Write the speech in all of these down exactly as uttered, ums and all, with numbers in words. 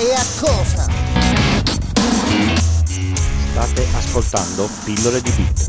e a cosa? State ascoltando Pillole di Bit.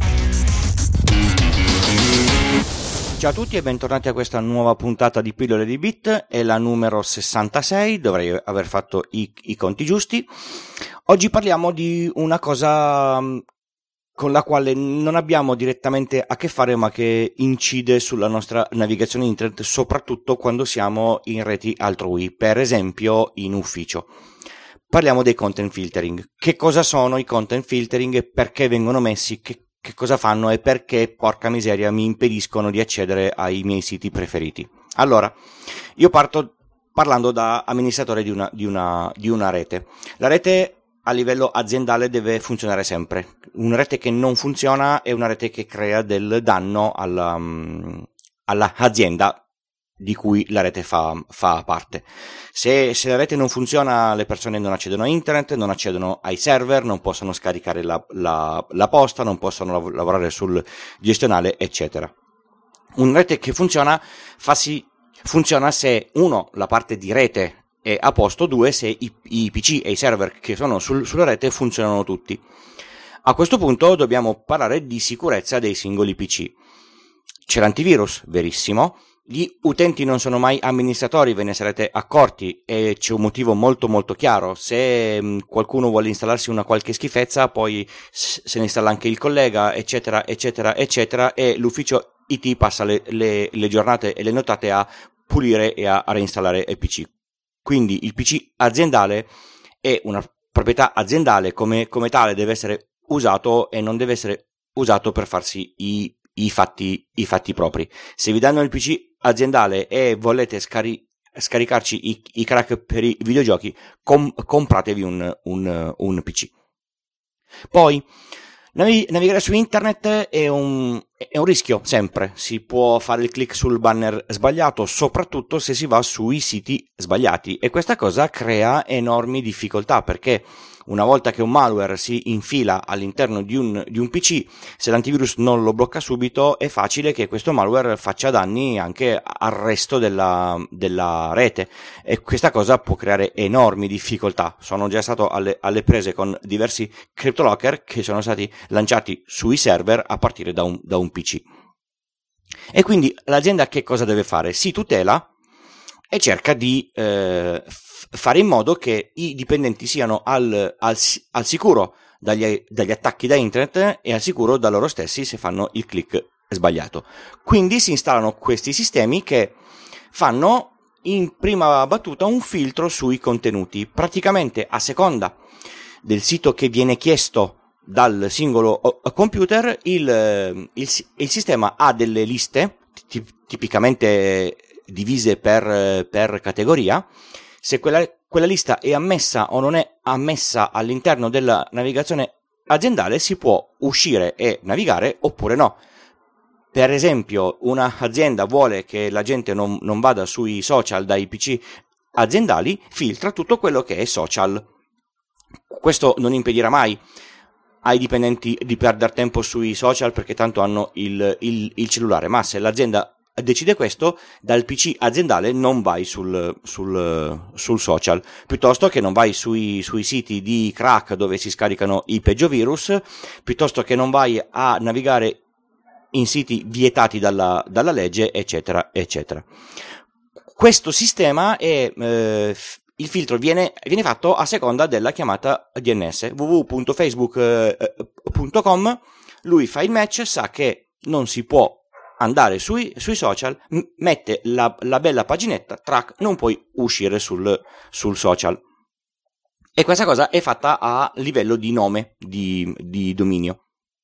Ciao a tutti e bentornati a questa nuova puntata di Pillole di Bit, è la numero sessantasei, dovrei aver fatto i, i conti giusti. Oggi parliamo di una cosa con la quale non abbiamo direttamente a che fare, ma che incide sulla nostra navigazione internet, soprattutto quando siamo in reti altrui, per esempio in ufficio. Parliamo dei content filtering. Che cosa sono i content filtering e perché vengono messi, che che cosa fanno e perché, porca miseria, mi impediscono di accedere ai miei siti preferiti. Allora, io parto parlando da amministratore di una, di una, di una rete. La rete a livello aziendale deve funzionare sempre. Una rete che non funziona è una rete che crea del danno alla, alla azienda di cui la rete fa, fa parte. Se, se la rete non funziona, le persone non accedono a internet, non accedono ai server, non possono scaricare la, la, la posta, non possono lav- lavorare sul gestionale, eccetera. Una rete che funziona fa sì, funziona se uno, la parte di rete è a posto, due, se i, i P C e i server che sono sul, sulla rete funzionano tutti. A questo punto dobbiamo parlare di sicurezza dei singoli P C. C'è l'antivirus, verissimo. Gli utenti non sono mai amministratori, ve ne sarete accorti, e c'è un motivo molto molto chiaro. Se mh, qualcuno vuole installarsi una qualche schifezza, poi s- se ne installa anche il collega, eccetera, eccetera, eccetera, e l'ufficio I T passa le, le, le giornate e le nottate a pulire e a, a reinstallare il P C. Quindi il P C aziendale è una proprietà aziendale, come, come tale deve essere usato e non deve essere usato per farsi i I fatti, i fatti propri. Se vi danno il P C aziendale e volete scari- scaricarci i, i crack per i videogiochi, com- compratevi un, un, un P C. Poi, navi- navigare su internet è un, è un rischio, sempre. Si può fare il click sul banner sbagliato, soprattutto se si va sui siti sbagliati, e questa cosa crea enormi difficoltà, perché una volta che un malware si infila all'interno di un, di un P C, se l'antivirus non lo blocca subito, è facile che questo malware faccia danni anche al resto della, della rete, e questa cosa può creare enormi difficoltà. Sono già stato alle, alle prese con diversi CryptoLocker che sono stati lanciati sui server a partire da un, da un P C. E quindi l'azienda che cosa deve fare? Si tutela e cerca di eh, fare in modo che i dipendenti siano al, al, al sicuro dagli, dagli attacchi da internet e al sicuro da loro stessi se fanno il click sbagliato. Quindi si installano questi sistemi che fanno in prima battuta un filtro sui contenuti. Praticamente a seconda del sito che viene chiesto dal singolo computer, il, il, il sistema ha delle liste tipicamente divise per, per categoria. Se quella, quella lista è ammessa o non è ammessa all'interno della navigazione aziendale, si può uscire e navigare oppure no. Per esempio, un'azienda vuole che la gente non, non vada sui social dai P C aziendali, filtra tutto quello che è social. Questo non impedirà mai ai dipendenti di perdere tempo sui social, perché tanto hanno il, il, il cellulare, ma se l'azienda decide questo, dal P C aziendale non vai sul, sul, sul social, piuttosto che non vai sui, sui siti di crack dove si scaricano i peggio virus, piuttosto che non vai a navigare in siti vietati dalla, dalla legge, eccetera, eccetera. Questo sistema è, eh, il filtro viene, viene fatto a seconda della chiamata D N S, w w w punto facebook punto com, lui fa il match, sa che non si può andare sui, sui social, m- mette la, la bella paginetta, track, non puoi uscire sul, sul social. E questa cosa è fatta a livello di nome, di, di dominio.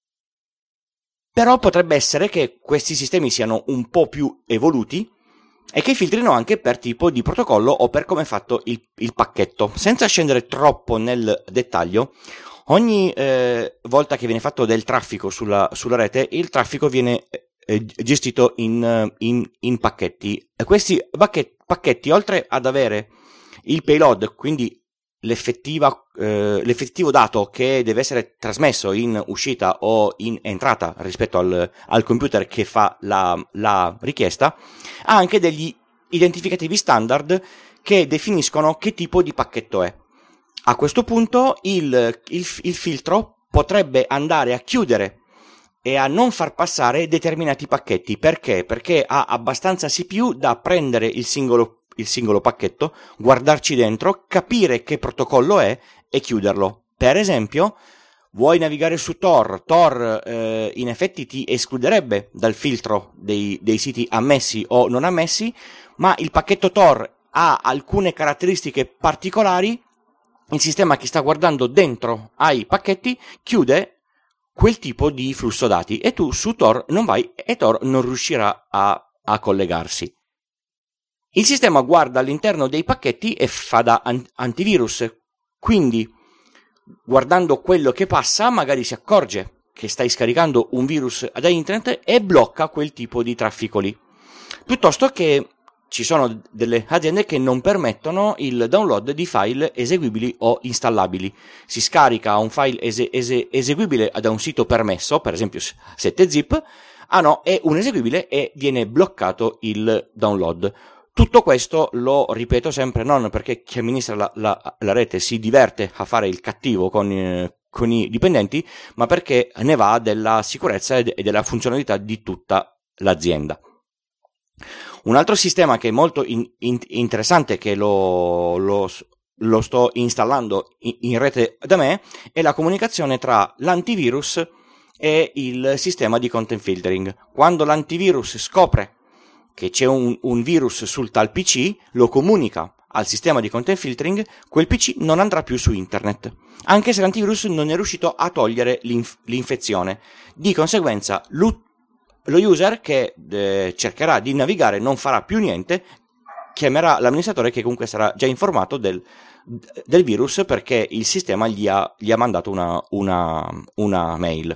Però potrebbe essere che questi sistemi siano un po' più evoluti e che filtrino anche per tipo di protocollo o per come è fatto il, il pacchetto. Senza scendere troppo nel dettaglio, ogni eh, volta che viene fatto del traffico sulla, sulla rete, il traffico viene eh, gestito in, in, in pacchetti. E questi pacchetti, pacchetti, oltre ad avere il payload, quindi l'effettiva, eh, l'effettivo dato che deve essere trasmesso in uscita o in entrata rispetto al, al computer che fa la, la richiesta, ha anche degli identificativi standard che definiscono che tipo di pacchetto è. a questo punto il, il, il filtro potrebbe andare a chiudere e a non far passare determinati pacchetti. Perché? Perché ha abbastanza C P U da prendere il singolo, il singolo pacchetto, guardarci dentro, capire che protocollo è e chiuderlo. Per esempio, vuoi navigare su Tor, Tor eh, in effetti ti escluderebbe dal filtro dei, dei siti ammessi o non ammessi, ma il pacchetto Tor ha alcune caratteristiche particolari. Il sistema che sta guardando dentro ai pacchetti chiude quel tipo di flusso dati e tu su Tor non vai e Tor non riuscirà a, a collegarsi. Il sistema guarda all'interno dei pacchetti e fa da an- antivirus, quindi guardando quello che passa magari si accorge che stai scaricando un virus da internet e blocca quel tipo di traffico lì. Piuttosto che ci sono delle aziende che non permettono il download di file eseguibili o installabili. Si scarica un file ese- ese- eseguibile da un sito permesso, per esempio sette zip, ah no, è un eseguibile e viene bloccato il download. Tutto questo lo ripeto sempre non perché chi amministra la, la, la rete si diverte a fare il cattivo con, eh, con i dipendenti, ma perché ne va della sicurezza e della funzionalità di tutta l'azienda. Un altro sistema che è molto in, in, interessante, che lo, lo, lo sto installando in, in rete da me, è la comunicazione tra l'antivirus e il sistema di content filtering. Quando l'antivirus scopre che c'è un, un virus sul tal P C, lo comunica al sistema di content filtering, quel P C non andrà più su internet, anche se l'antivirus non è riuscito a togliere l'inf- l'infezione. Di conseguenza, l'ut- lo user che eh, cercherà di navigare non farà più niente, chiamerà l'amministratore che comunque sarà già informato del, del virus perché il sistema gli ha, gli ha mandato una, una, una mail.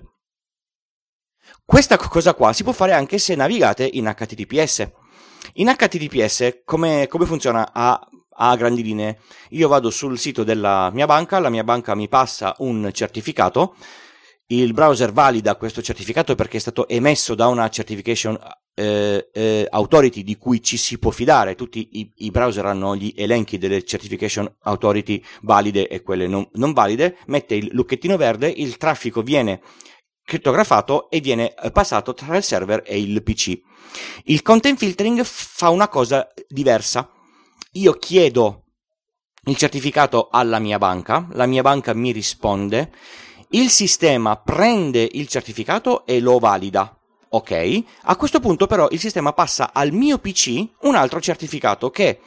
Questa cosa qua si può fare anche se navigate in H T T P S. In H T T P S come, come funziona a, a grandi linee? Io vado sul sito della mia banca, la mia banca mi passa un certificato, il browser valida questo certificato perché è stato emesso da una certification eh, eh, authority di cui ci si può fidare. Tutti i, i browser hanno gli elenchi delle certification authority valide e quelle non, non valide, mette il lucchettino verde, il traffico viene crittografato e viene passato tra il server e il P C. Il content filtering fa una cosa diversa. Io chiedo il certificato alla mia banca, la mia banca mi risponde, il sistema prende il certificato e lo valida. Ok? A questo punto però il sistema passa al mio P C un altro certificato che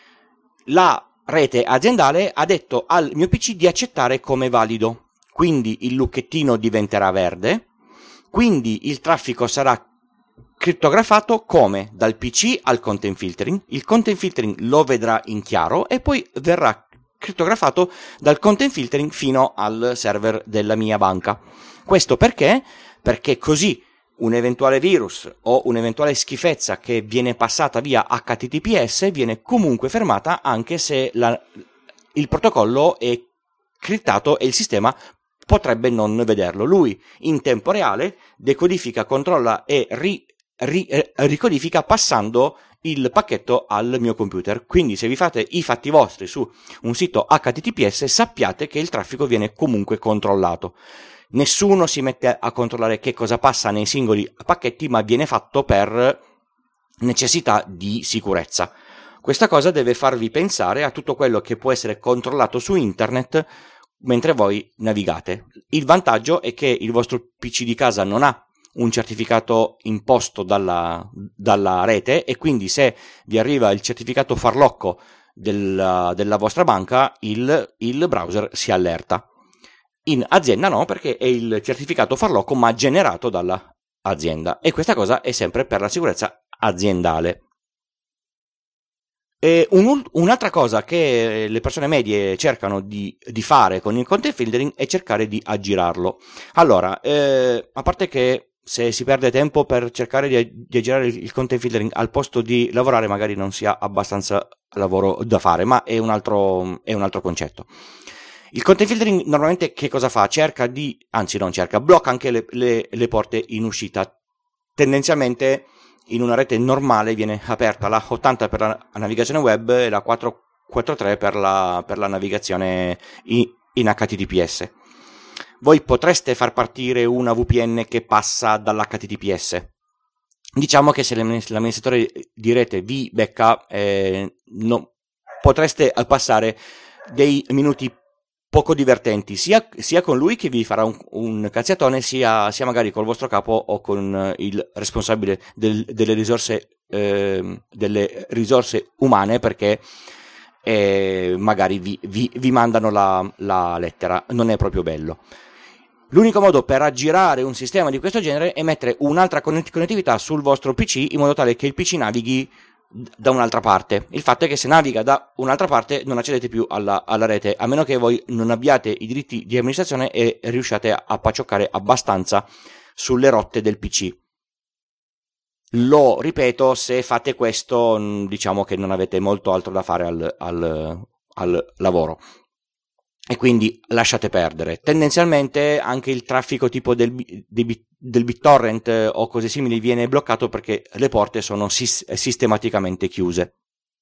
la rete aziendale ha detto al mio P C di accettare come valido. Quindi il lucchettino diventerà verde, quindi il traffico sarà crittografato come? Dal P C al content filtering, il content filtering lo vedrà in chiaro e poi verrà crittografato dal content filtering fino al server della mia banca. Questo perché? Perché così un eventuale virus o un'eventuale schifezza che viene passata via H T T P S viene comunque fermata anche se la, il protocollo è criptato e il sistema potrebbe non vederlo. Lui in tempo reale decodifica, controlla e ri, ri, ricodifica passando il pacchetto al mio computer. Quindi se vi fate i fatti vostri su un sito H T T P S sappiate che il traffico viene comunque controllato. Nessuno si mette a controllare che cosa passa nei singoli pacchetti, ma viene fatto per necessità di sicurezza. Questa cosa deve farvi pensare a tutto quello che può essere controllato su internet mentre voi navigate. Il vantaggio è che il vostro P C di casa non ha un certificato imposto dalla, dalla rete e quindi se vi arriva il certificato farlocco della, della vostra banca il, il browser si allerta. In azienda no, perché è il certificato farlocco ma generato dall'azienda e questa cosa è sempre per la sicurezza aziendale. E un, un'altra cosa che le persone medie cercano di, di fare con il content filtering è cercare di aggirarlo. Allora, eh, a parte che se si perde tempo per cercare di, di aggirare il content filtering al posto di lavorare magari non si ha abbastanza lavoro da fare, ma è un altro, è un altro concetto. Il content filtering normalmente che cosa fa? Cerca di, anzi non cerca, blocca anche le, le, le porte in uscita. Tendenzialmente in una rete normale viene aperta la ottanta per la navigazione web e la quattro tre per la, per la navigazione in, in H T T P S. Voi potreste far partire una V P N che passa dall'H T T P S. Diciamo che se l'amministratore di rete vi becca, eh, no, potreste passare dei minuti poco divertenti, sia, sia con lui che vi farà un, un cazziatone, sia, sia magari col vostro capo o con il responsabile del, delle risorse eh, delle risorse umane, perché eh, magari vi, vi, vi mandano la, la lettera. Non è proprio bello. L'unico modo per aggirare un sistema di questo genere è mettere un'altra connettività sul vostro P C, in modo tale che il P C navighi da un'altra parte. Il fatto è che se naviga da un'altra parte non accedete più alla, alla rete, a meno che voi non abbiate i diritti di amministrazione e riusciate a paccioccare abbastanza sulle rotte del P C. Lo ripeto, se fate questo, diciamo che non avete molto altro da fare al, al, al lavoro. E quindi lasciate perdere. Tendenzialmente anche il traffico tipo del, del, del BitTorrent o cose simili viene bloccato perché le porte sono sis, sistematicamente chiuse.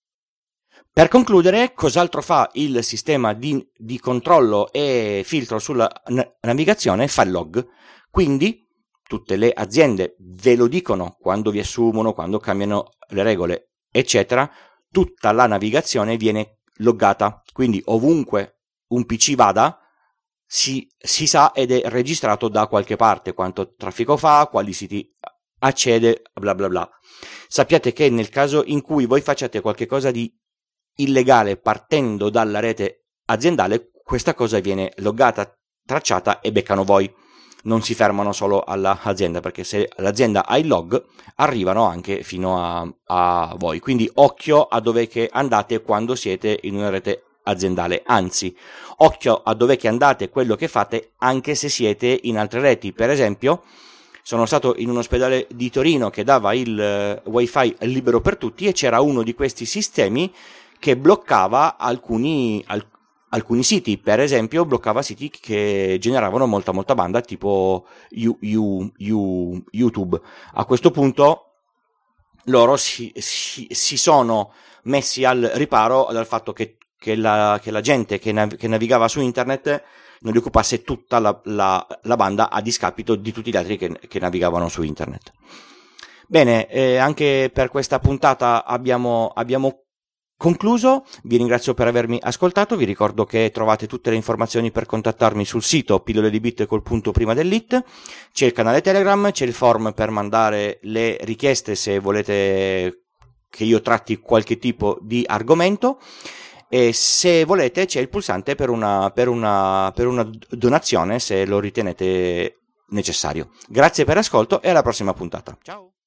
Per concludere, cos'altro fa il sistema di, di controllo e filtro sulla navigazione? Fa il log. Quindi tutte le aziende ve lo dicono quando vi assumono, quando cambiano le regole, eccetera. Tutta la navigazione viene loggata. Quindi ovunque un P C vada, si, si sa ed è registrato da qualche parte quanto traffico fa, quali siti accede, bla bla bla. Sappiate che nel caso in cui voi facciate qualche cosa di illegale partendo dalla rete aziendale, questa cosa viene loggata, tracciata e beccano voi. Non si fermano solo all'azienda, perché se l'azienda ha il log arrivano anche fino a, a voi. Quindi occhio a dove che andate quando siete in una rete aziendale, anzi occhio a dove che andate, quello che fate, anche se siete in altre reti. Per esempio, sono stato in un ospedale di Torino che dava il uh, wifi libero per tutti e c'era uno di questi sistemi che bloccava alcuni, al, alcuni siti. Per esempio bloccava siti che generavano molta molta banda, tipo you, you, you, YouTube. A questo punto loro si, si, si sono messi al riparo dal fatto che Che la, che la gente che, nav- che navigava su internet non gli occupasse tutta la, la, la banda, a discapito di tutti gli altri che, che navigavano su internet. Bene, eh, anche per questa puntata abbiamo, abbiamo concluso. Vi ringrazio per avermi ascoltato. Vi ricordo che trovate tutte le informazioni per contattarmi sul sito pillole di bit col punto prima dell'it. C'è il canale Telegram, c'è il form per mandare le richieste se volete che io tratti qualche tipo di argomento. E se volete c'è il pulsante per una, per una, per una donazione se lo ritenete necessario. Grazie per l'ascolto e alla prossima puntata. Ciao!